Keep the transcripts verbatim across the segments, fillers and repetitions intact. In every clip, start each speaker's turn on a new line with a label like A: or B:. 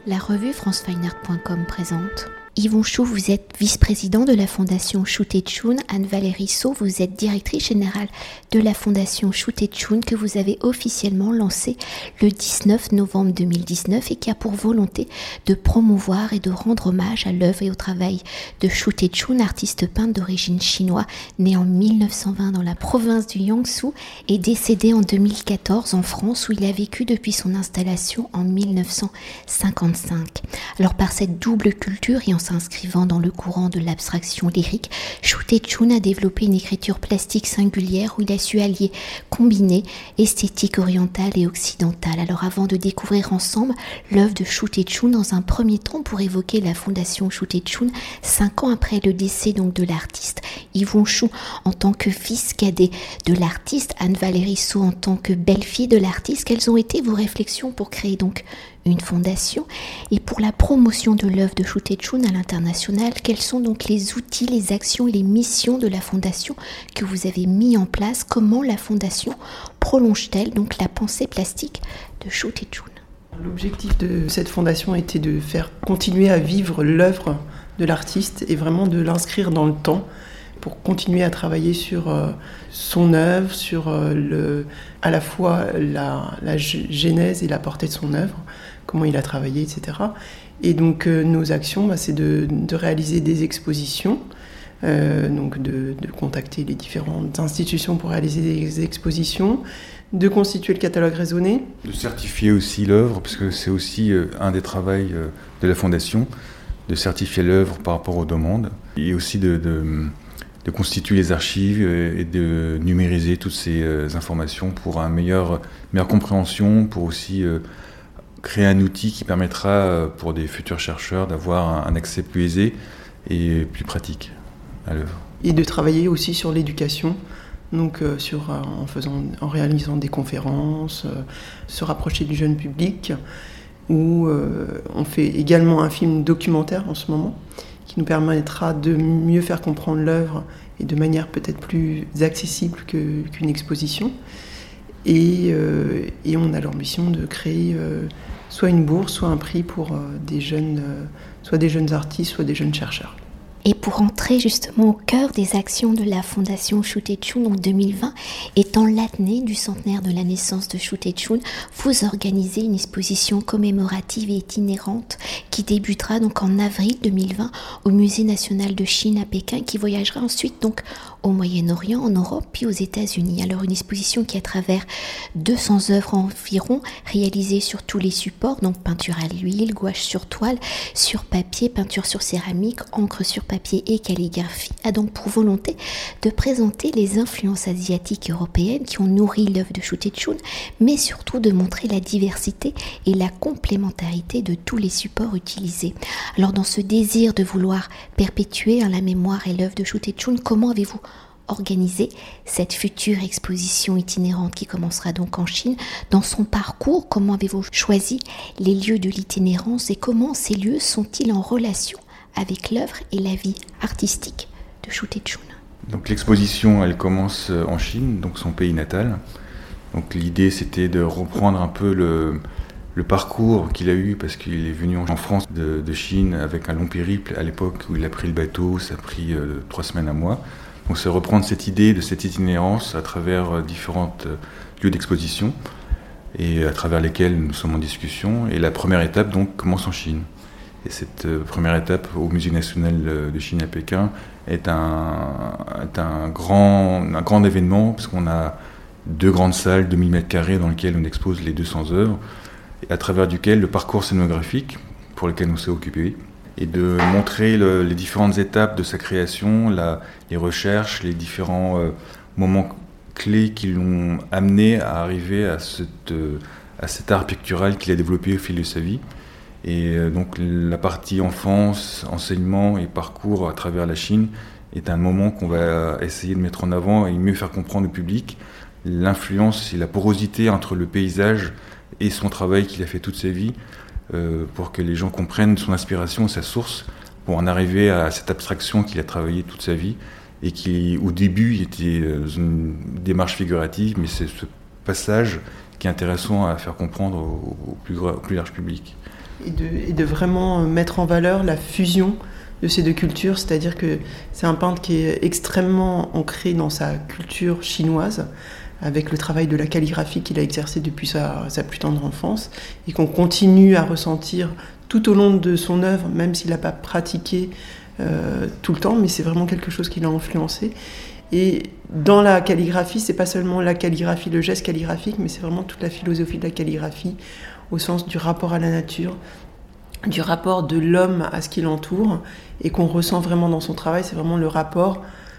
A: La revue france fine art point com présente. Yvon Chou, vous êtes vice-président de la fondation Shoot et Choun. Anne-Valérie Saut, vous êtes directrice générale de la fondation Shoot et Choun que vous avez officiellement lancée le dix-neuf novembre deux mille dix-neuf et qui a pour volonté de promouvoir et de rendre hommage à l'œuvre et au travail de Shoot et Choun, artiste peintre d'origine chinoise, né en mille neuf cent vingt dans la province du Jiangsu et décédé en deux mille quatorze en France où il a vécu depuis son installation en mille neuf cent cinquante-cinq. Alors par cette double culture et en s'inscrivant dans le courant de l'abstraction lyrique, Shoot et Choun a développé une écriture plastique singulière où il a su allier, combiner esthétique orientale et occidentale. Alors avant de découvrir ensemble l'œuvre de Shoot et Choun, dans un premier temps pour évoquer la fondation Shoot et Choun, cinq ans après le décès donc de l'artiste Yvon Chou en tant que fils cadet de l'artiste, Anne-Valérie Saut en tant que belle-fille de l'artiste, quelles ont été vos réflexions pour créer donc une fondation et pour la promotion de l'œuvre de Shoot et Choun à l'international? Quels sont donc les outils, les actions, les missions de la fondation que vous avez mis en place? Comment la fondation prolonge-t-elle donc la pensée plastique de Shoot et Choun?
B: L'objectif de cette fondation était de faire continuer à vivre l'œuvre de l'artiste et vraiment de l'inscrire dans le temps pour continuer à travailler sur euh, son œuvre, sur euh, le, à la fois la, la genèse et la portée de son œuvre, comment il a travaillé, et cetera. Et donc euh, nos actions, bah, c'est de, de réaliser des expositions, euh, donc de, de contacter les différentes institutions pour réaliser des expositions, de constituer le catalogue raisonné.
C: De certifier aussi l'œuvre, parce que c'est aussi euh, un des travaux euh, de la Fondation, de certifier l'œuvre par rapport aux demandes, et aussi de... de de constituer les archives et de numériser toutes ces euh, informations pour une meilleure, meilleure compréhension, pour aussi euh, créer un outil qui permettra euh, pour des futurs chercheurs d'avoir un, un accès plus aisé et plus pratique à l'œuvre.
B: Et de travailler aussi sur l'éducation, donc euh, sur, euh, en, faisant, en réalisant des conférences, euh, se rapprocher du jeune public, où euh, on fait également un film documentaire en ce moment, qui nous permettra de mieux faire comprendre l'œuvre et de manière peut-être plus accessible que, qu'une exposition. Et, euh, et on a l'ambition de créer euh, soit une bourse, soit un prix pour euh, des jeunes, euh, soit des jeunes artistes, soit des jeunes chercheurs.
A: Et pour entrer justement au cœur des actions de la fondation Shoot et Choun en deux mille vingt, étant l'année du centenaire de la naissance de Shoot et Choun, vous organisez une exposition commémorative et itinérante qui débutera donc en avril deux mille vingt au Musée national de Chine à Pékin, qui voyagera ensuite donc au Moyen-Orient, en Europe, puis aux États-Unis. Alors une exposition qui, à travers deux cents œuvres environ, réalisées sur tous les supports, donc peinture à l'huile, gouache sur toile, sur papier, peinture sur céramique, encre sur papier et calligraphie, a donc pour volonté de présenter les influences asiatiques et européennes qui ont nourri l'œuvre de Shoot et Choun, mais surtout de montrer la diversité et la complémentarité de tous les supports utilisés. Alors dans ce désir de vouloir perpétuer hein, la mémoire et l'œuvre de Shoot et Choun, comment avez-vous organisé cette future exposition itinérante qui commencera donc en Chine? Dans son parcours, comment avez-vous choisi les lieux de l'itinérance et comment ces lieux sont-ils en relation avec l'œuvre et la vie artistique de Shoot et Choun?
C: Donc l'exposition, elle commence en Chine, donc son pays natal. Donc l'idée, c'était de reprendre un peu le, le parcours qu'il a eu, parce qu'il est venu en France de, de Chine avec un long périple à l'époque où il a pris le bateau, ça a pris euh, trois semaines à mois. Donc c'est reprendre cette idée de cette itinérance à travers différents lieux d'exposition et à travers lesquels nous sommes en discussion. Et la première étape donc commence en Chine. Et cette première étape au Musée national de Chine à Pékin est un, est un, grand, un grand événement, parce qu'on a deux grandes salles, deux mille mètres carrés, dans lesquelles on expose les deux cents œuvres, et à travers duquel le parcours scénographique pour lequel on s'est occupé, et de montrer le, les différentes étapes de sa création, la, les recherches, les différents euh, moments clés qui l'ont amené à arriver à, cette, euh, à cet art pictural qu'il a développé au fil de sa vie. Et euh, donc la partie enfance, enseignement et parcours à travers la Chine est un moment qu'on va essayer de mettre en avant et mieux faire comprendre au public l'influence et la porosité entre le paysage et son travail qu'il a fait toute sa vie, Euh, pour que les gens comprennent son inspiration, sa source, pour en arriver à cette abstraction qu'il a travaillé toute sa vie et qui, au début, était dans une démarche figurative, mais c'est ce passage qui est intéressant à faire comprendre au, au, plus, au plus large public.
B: et de, et de vraiment mettre en valeur la fusion de ces deux cultures, c'est-à-dire que c'est un peintre qui est extrêmement ancré dans sa culture chinoise, avec le travail de la calligraphie qu'il a exercé depuis sa, sa plus tendre enfance, et qu'on continue à ressentir tout au long de son œuvre, même s'il n'a pas pratiqué euh, tout le temps, mais c'est vraiment quelque chose qui l'a influencé. Et dans la calligraphie, c'est pas seulement la calligraphie, le geste calligraphique, mais c'est vraiment toute la philosophie de la calligraphie, au sens du rapport à la nature, du rapport de l'homme à ce qui l'entoure, et qu'on ressent vraiment dans son travail, c'est vraiment le rapport,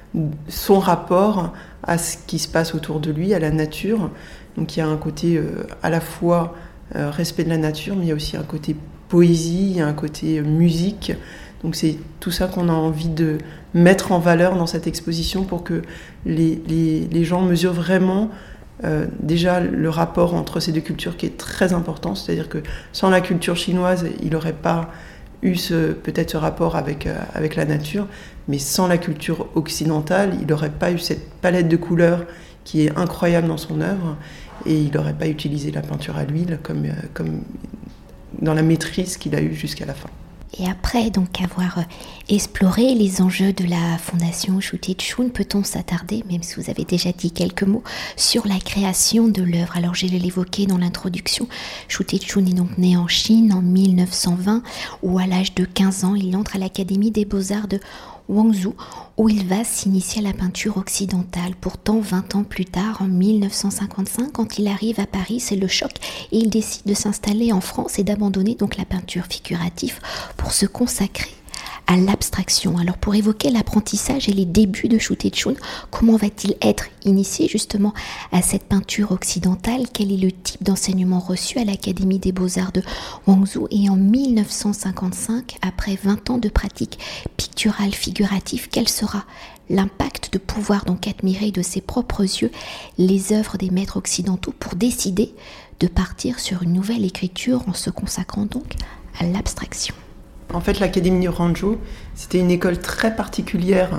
B: son rapport à ce qui se passe autour de lui, à la nature. Donc il y a un côté euh, à la fois euh, respect de la nature, mais il y a aussi un côté poésie, il y a un côté euh, musique. Donc c'est tout ça qu'on a envie de mettre en valeur dans cette exposition pour que les, les, les gens mesurent vraiment euh, déjà le rapport entre ces deux cultures qui est très important. C'est-à-dire que sans la culture chinoise, il n'aurait pas eu ce, peut-être ce rapport avec, euh, avec la nature, mais sans la culture occidentale, il n'aurait pas eu cette palette de couleurs qui est incroyable dans son œuvre, et il n'aurait pas utilisé la peinture à l'huile comme, euh, comme dans la maîtrise qu'il a eue jusqu'à la fin.
A: Et après donc avoir exploré les enjeux de la fondation Shu Tze Chun, peut-on s'attarder, même si vous avez déjà dit quelques mots, sur la création de l'œuvre. Alors je l'évoquais dans l'introduction, Shu Tze Chun est donc né en Chine en mille neuf cent vingt, où à l'âge de quinze ans, il entre à l'Académie des Beaux-Arts de Guangzhou, où il va s'initier à la peinture occidentale. Pourtant, vingt ans plus tard, en mille neuf cent cinquante-cinq, quand il arrive à Paris, c'est le choc et il décide de s'installer en France et d'abandonner donc la peinture figurative pour se consacrer à l'abstraction. Alors pour évoquer l'apprentissage et les débuts de Shu Tze Chun, comment va-t-il être initié justement à cette peinture occidentale? Quel est le type d'enseignement reçu à l'Académie des Beaux-Arts de Guangzhou? Et en mille neuf cent cinquante-cinq, après vingt ans de pratique picturale figurative, quel sera l'impact de pouvoir donc admirer de ses propres yeux les œuvres des maîtres occidentaux pour décider de partir sur une nouvelle écriture en se consacrant donc à l'abstraction?
B: En fait, l'Académie de Guangzhou, c'était une école très particulière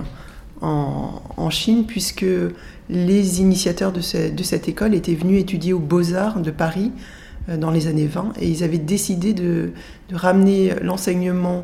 B: en, en Chine, puisque les initiateurs de, ce, de cette école étaient venus étudier aux Beaux-Arts de Paris euh, dans les années vingt, et ils avaient décidé de, de ramener l'enseignement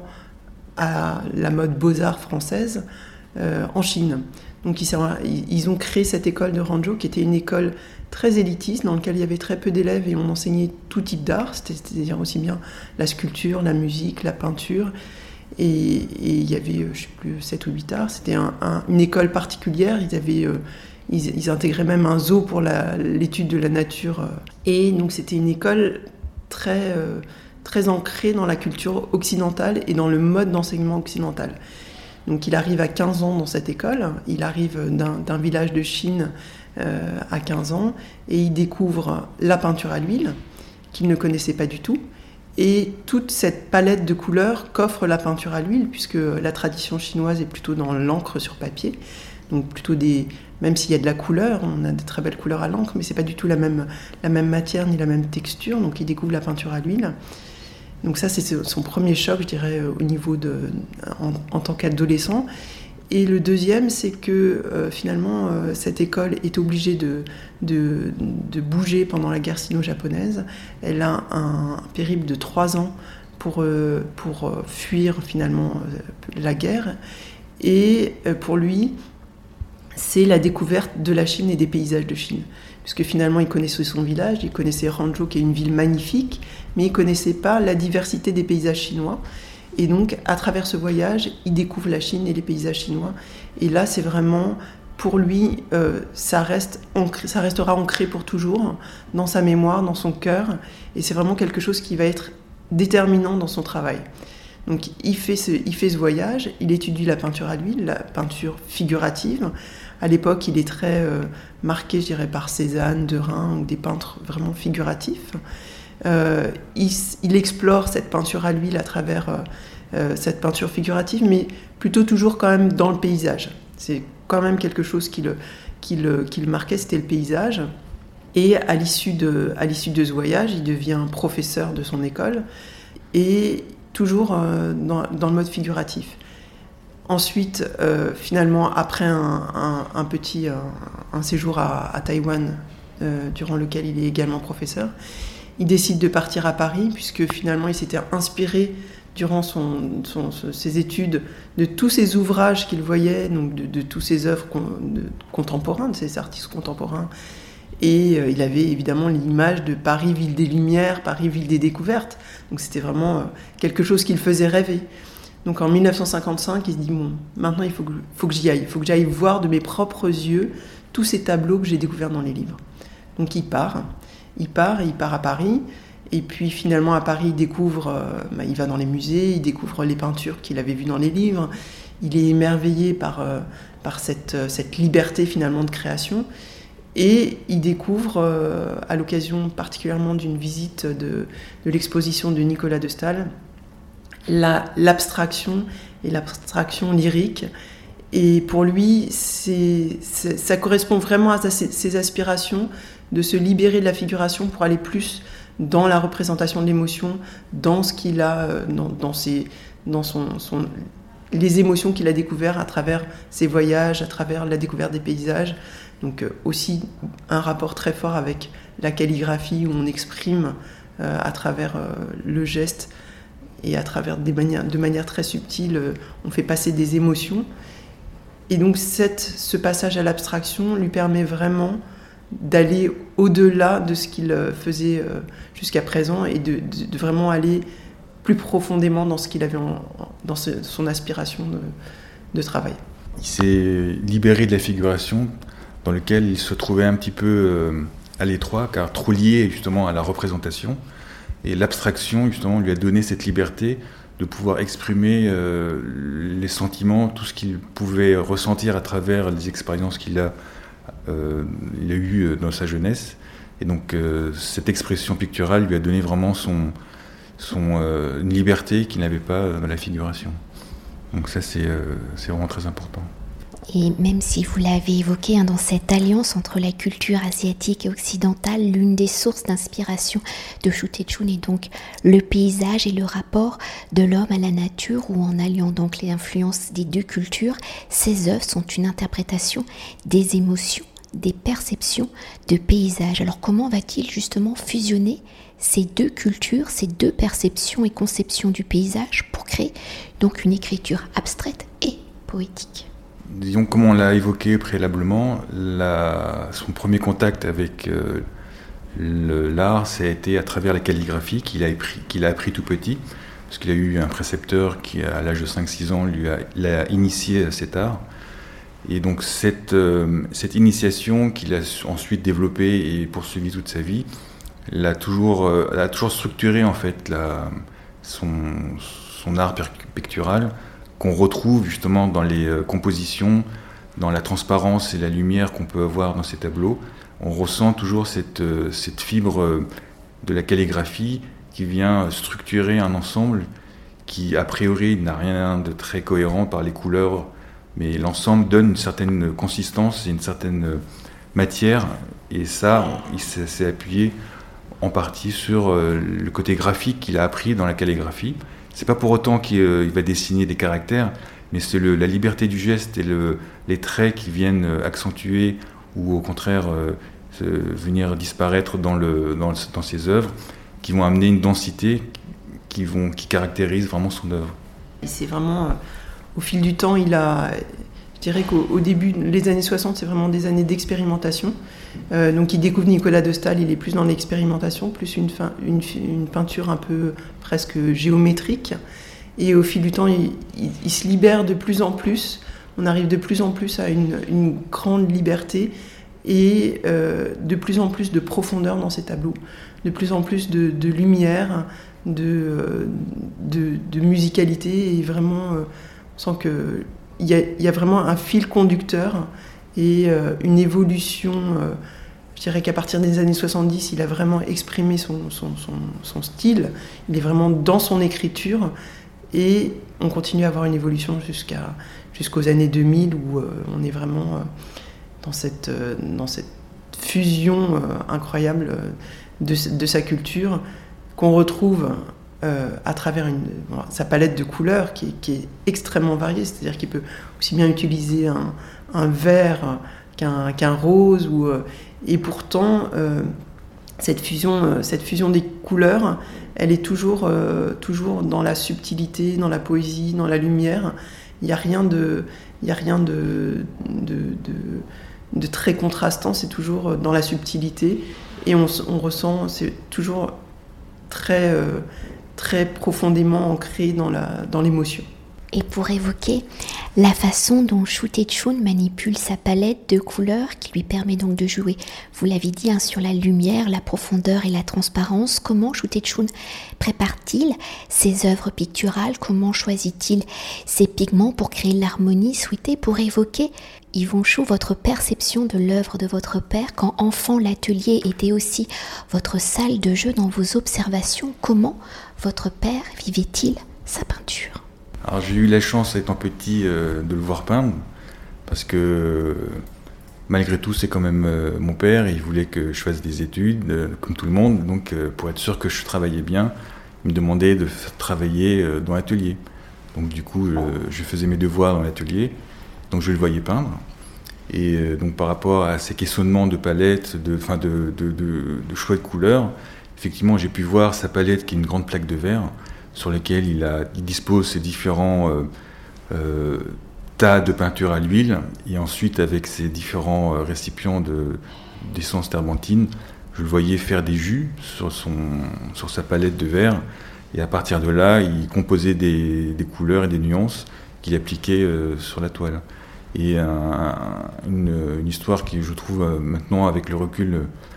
B: à la mode Beaux-Arts française euh, en Chine. Donc ils, ils ont créé cette école de Guangzhou, qui était une école très élitiste, dans laquelle il y avait très peu d'élèves et on enseignait tout type d'art, c'est-à-dire aussi bien la sculpture, la musique, la peinture, et, et il y avait, je ne sais plus, sept ou huit arts. C'était un, un, une école particulière, ils, avaient, euh, ils, ils intégraient même un zoo pour la, l'étude de la nature, et donc c'était une école très, euh, très ancrée dans la culture occidentale et dans le mode d'enseignement occidental. Donc il arrive à quinze ans dans cette école, il arrive d'un, d'un village de Chine euh, à quinze ans, et il découvre la peinture à l'huile, qu'il ne connaissait pas du tout, et toute cette palette de couleurs qu'offre la peinture à l'huile, puisque la tradition chinoise est plutôt dans l'encre sur papier, donc plutôt des... Même s'il y a de la couleur, on a de très belles couleurs à l'encre, mais c'est pas du tout la même, la même matière ni la même texture, donc il découvre la peinture à l'huile. Donc ça, c'est son premier choc, je dirais, au niveau de... en, en tant qu'adolescent. Et le deuxième, c'est que euh, finalement, euh, cette école est obligée de, de, de bouger pendant la guerre sino-japonaise. Elle a un, un périple de trois ans pour, euh, pour euh, fuir finalement euh, la guerre. Et euh, pour lui, c'est la découverte de la Chine et des paysages de Chine. Puisque finalement, il connaissait son village, il connaissait Hangzhou, qui est une ville magnifique, mais il ne connaissait pas la diversité des paysages chinois. Et donc, à travers ce voyage, il découvre la Chine et les paysages chinois. Et là, c'est vraiment, pour lui, euh, ça, reste ancré, ça restera ancré pour toujours dans sa mémoire, dans son cœur. Et c'est vraiment quelque chose qui va être déterminant dans son travail. Donc, il fait ce, il fait ce voyage, il étudie la peinture à l'huile, la peinture figurative. À l'époque, il est très euh, marqué, je dirais, par Cézanne, Derain, ou des peintres vraiment figuratifs. Euh, il, il explore cette peinture à l'huile à travers euh, euh, cette peinture figurative, mais plutôt toujours quand même dans le paysage. C'est quand même quelque chose qui le, qui le, qui le marquait, c'était le paysage. Et à l'issue de, à l'issue de ce voyage, il devient professeur de son école, et toujours euh, dans, dans le mode figuratif. Ensuite, euh, finalement, après un, un, un petit un, un séjour à, à Taïwan, euh, durant lequel il est également professeur, il décide de partir à Paris, puisque finalement il s'était inspiré durant son, son, ses études de tous ces ouvrages qu'il voyait, donc de, de tous ces œuvres con, de, contemporains, de ces artistes contemporains. Et euh, il avait évidemment l'image de Paris, ville des Lumières, Paris, ville des découvertes. Donc c'était vraiment euh, quelque chose qui le faisait rêver. Donc en mille neuf cent cinquante-cinq, il se dit, bon, maintenant il faut que, faut que j'y aille, il faut que j'aille voir de mes propres yeux tous ces tableaux que j'ai découverts dans les livres. Donc il part, il part, il part à Paris. Et puis finalement à Paris, il découvre, euh, bah, il va dans les musées, il découvre les peintures qu'il avait vues dans les livres. Il est émerveillé par, euh, par cette, euh, cette liberté finalement de création. Et il découvre, euh, à l'occasion particulièrement d'une visite de, de l'exposition de Nicolas de Staël, la, l'abstraction et l'abstraction lyrique. Et pour lui, c'est, c'est, ça correspond vraiment à ses, ses aspirations de se libérer de la figuration pour aller plus dans la représentation de l'émotion, dans ce qu'il a, dans, dans, ses, dans son, son, les émotions qu'il a découvertes à travers ses voyages, à travers la découverte des paysages. Donc euh, aussi un rapport très fort avec la calligraphie, où on exprime euh, à travers euh, le geste et à travers des manières, de manière très subtile, euh, on fait passer des émotions. Et donc cette, ce passage à l'abstraction lui permet vraiment d'aller au-delà de ce qu'il faisait jusqu'à présent et de, de, de vraiment aller plus profondément dans ce qu'il avait en, dans ce, son aspiration de, de travail.
C: Il s'est libéré de la figuration dans laquelle il se trouvait un petit peu euh, à l'étroit, car trop lié justement à la représentation. Et l'abstraction justement lui a donné cette liberté de pouvoir exprimer euh, les sentiments, tout ce qu'il pouvait ressentir à travers les expériences qu'il a Euh, il a eu dans sa jeunesse, et donc euh, cette expression picturale lui a donné vraiment son, son, euh, une liberté qu'il n'avait pas dans la figuration. Donc ça c'est, euh, c'est vraiment très important.
A: Et même si vous l'avez évoqué, hein, dans cette alliance entre la culture asiatique et occidentale, l'une des sources d'inspiration de Shu Tze-chun est donc le paysage et le rapport de l'homme à la nature, où en alliant donc les influences des deux cultures, ces œuvres sont une interprétation des émotions, des perceptions de paysages. Alors comment va-t-il justement fusionner ces deux cultures, ces deux perceptions et conceptions du paysage pour créer donc une écriture abstraite et poétique ?
C: Disons, comme on l'a évoqué préalablement, la, son premier contact avec euh, le, l'art, ça a été à travers la calligraphie qu'il a, appris, qu'il a appris tout petit, parce qu'il a eu un précepteur qui, à l'âge de cinq six ans, lui a, l'a initié à cet art. Et donc cette, euh, cette initiation qu'il a ensuite développée et poursuivie toute sa vie, l'a toujours, euh, l'a toujours structuré en fait la, son, son art pictural, qu'on retrouve justement dans les compositions, dans la transparence et la lumière qu'on peut avoir dans ces tableaux. On ressent toujours cette, cette fibre de la calligraphie qui vient structurer un ensemble qui, a priori, n'a rien de très cohérent par les couleurs, mais l'ensemble donne une certaine consistance et une certaine matière, et ça, il s'est appuyé en partie sur le côté graphique qu'il a appris dans la calligraphie. C'est pas pour autant qu'il euh, va dessiner des caractères, mais c'est le, la liberté du geste et le, les traits qui viennent accentuer ou au contraire euh, venir disparaître dans, le, dans, le, dans ses œuvres, qui vont amener une densité qui, vont, qui caractérise vraiment son œuvre.
B: Et c'est vraiment, euh, au fil du temps, il a, je dirais qu'au au début, les années soixante, c'est vraiment des années d'expérimentation. Euh, donc il découvre Nicolas de Staël, il est plus dans l'expérimentation, plus une, fin, une, une peinture un peu presque géométrique. Et au fil du temps, il, il, il se libère de plus en plus. On arrive de plus en plus à une, une grande liberté et euh, de plus en plus de profondeur dans ces tableaux, de plus en plus de, de lumière, de, de, de musicalité. Et vraiment, euh, on sent qu'il y a, il y a vraiment un fil conducteur et euh, une évolution. Euh, je dirais qu'à partir des années soixante-dix, il a vraiment exprimé son, son, son, son style. Il est vraiment dans son écriture. Et on continue à avoir une évolution jusqu'à, jusqu'aux années deux mille, où euh, on est vraiment euh, dans, cette, euh, dans cette fusion euh, incroyable euh, de, de sa culture, qu'on retrouve euh, à travers une, bon, sa palette de couleurs qui est, qui est extrêmement variée. C'est-à-dire qu'il peut aussi bien utiliser un, un vert qu'un, qu'un rose. Ou, euh, et pourtant, euh, cette fusion, cette fusion des couleurs, elle est toujours, euh, toujours dans la subtilité, dans la poésie, dans la lumière. Il n'y a rien de, il y a rien de, de, de, de très contrastant, c'est toujours dans la subtilité. Et on, on ressent, c'est toujours très, euh, très profondément ancré dans, la, dans l'émotion.
A: Et pour évoquer la façon dont Shu Tei-chun manipule sa palette de couleurs qui lui permet donc de jouer, vous l'avez dit, hein, sur la lumière, la profondeur et la transparence, comment Shu Tei-chun prépare-t-il ses œuvres picturales? Comment choisit-il ses pigments pour créer l'harmonie souhaitée? Pour évoquer, Yvon Chou, votre perception de l'œuvre de votre père, quand enfant l'atelier était aussi votre salle de jeu dans vos observations, comment votre père vivait-il sa peinture?
C: Alors j'ai eu la chance, étant petit, euh, de le voir peindre, parce que euh, malgré tout, c'est quand même euh, mon père, il voulait que je fasse des études, euh, comme tout le monde, donc euh, pour être sûr que je travaillais bien, il me demandait de f- travailler euh, dans l'atelier. Donc du coup, je, je faisais mes devoirs dans l'atelier, donc je le voyais peindre. Et euh, donc par rapport à ces questionnements de palette, de, enfin de, de, de, de choix de couleurs, effectivement, j'ai pu voir sa palette qui est une grande plaque de verre, sur lesquels il, a, il dispose ses différents euh, euh, tas de peinture à l'huile, et ensuite avec ses différents euh, récipients de, d'essence terbentine, je le voyais faire des jus sur, son, sur sa palette de verre, et à partir de là, il composait des, des couleurs et des nuances qu'il appliquait euh, sur la toile. Et un, une, une histoire qui, je trouve, euh, maintenant, avec le recul,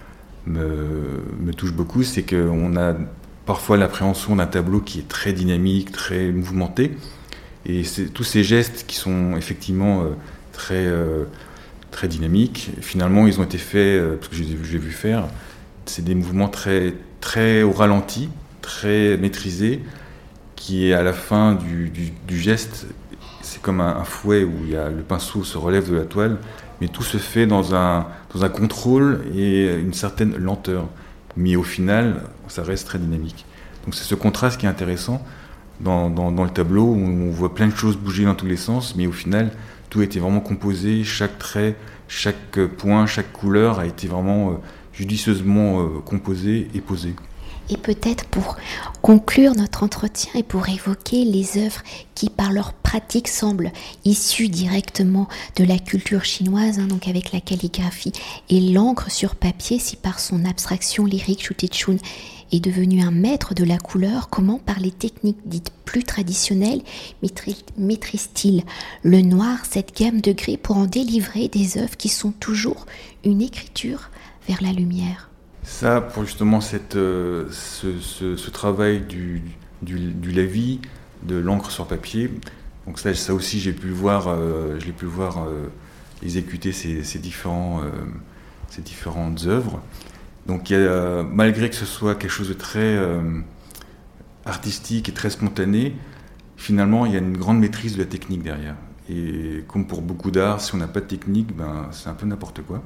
C: me, me touche beaucoup, c'est qu'on a parfois l'appréhension d'un tableau qui est très dynamique, très mouvementé. Et c'est, tous ces gestes qui sont effectivement euh, très, euh, très dynamiques, finalement, ils ont été faits, euh, parce que j'ai, j'ai vu faire, c'est des mouvements très, très au ralenti, très maîtrisés, qui est à la fin du, du, du geste, c'est comme un, un fouet où il y a, le pinceau se relève de la toile, mais tout se fait dans un, dans un contrôle et une certaine lenteur. Mais au final, ça reste très dynamique. Donc c'est ce contraste qui est intéressant dans, dans, dans le tableau, où on voit plein de choses bouger dans tous les sens, mais au final, tout a été vraiment composé, chaque trait, chaque point, chaque couleur a été vraiment euh, judicieusement euh, composé et posé.
A: Et peut-être pour conclure notre entretien et pour évoquer les œuvres qui, par leur pratique, semblent issues directement de la culture chinoise, hein, donc avec la calligraphie et l'encre sur papier, si par son abstraction lyrique, Shu Tei-chun est devenu un maître de la couleur, comment, par les techniques dites plus traditionnelles, maîtrise-t-il le noir, cette gamme de gris, pour en délivrer des œuvres qui sont toujours une écriture vers la lumière?
C: Ça, pour justement cette, euh, ce, ce, ce travail du, du, du lavis, de l'encre sur papier, donc ça, ça aussi j'ai pu le voir, euh, je l'ai pu le voir euh, exécuter ces, ces, différents, euh, ces différentes œuvres. Donc il y a, euh, malgré que ce soit quelque chose de très euh, artistique et très spontané, finalement il y a une grande maîtrise de la technique derrière. Et comme pour beaucoup d'art, si on n'a pas de technique, ben, c'est un peu n'importe quoi.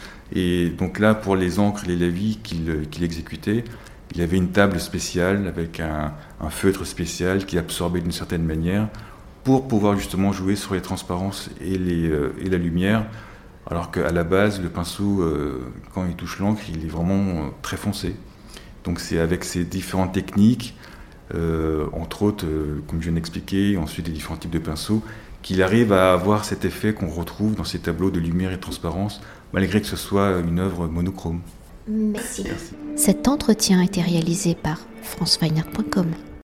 C: Et donc là, pour les encres et les lavis qu'il, qu'il exécutait, il avait une table spéciale avec un, un feutre spécial qui absorbait d'une certaine manière pour pouvoir justement jouer sur les transparences et, les, euh, et la lumière, alors qu'à la base, le pinceau, euh, quand il touche l'encre, il est vraiment euh, très foncé. Donc c'est avec ces différentes techniques, euh, entre autres, euh, comme je viens d'expliquer, ensuite les différents types de pinceaux, qu'il arrive à avoir cet effet qu'on retrouve dans ces tableaux de lumière et de transparence, malgré que ce soit une œuvre monochrome.
A: Merci. Merci. Cet entretien a été réalisé par france fine art point com.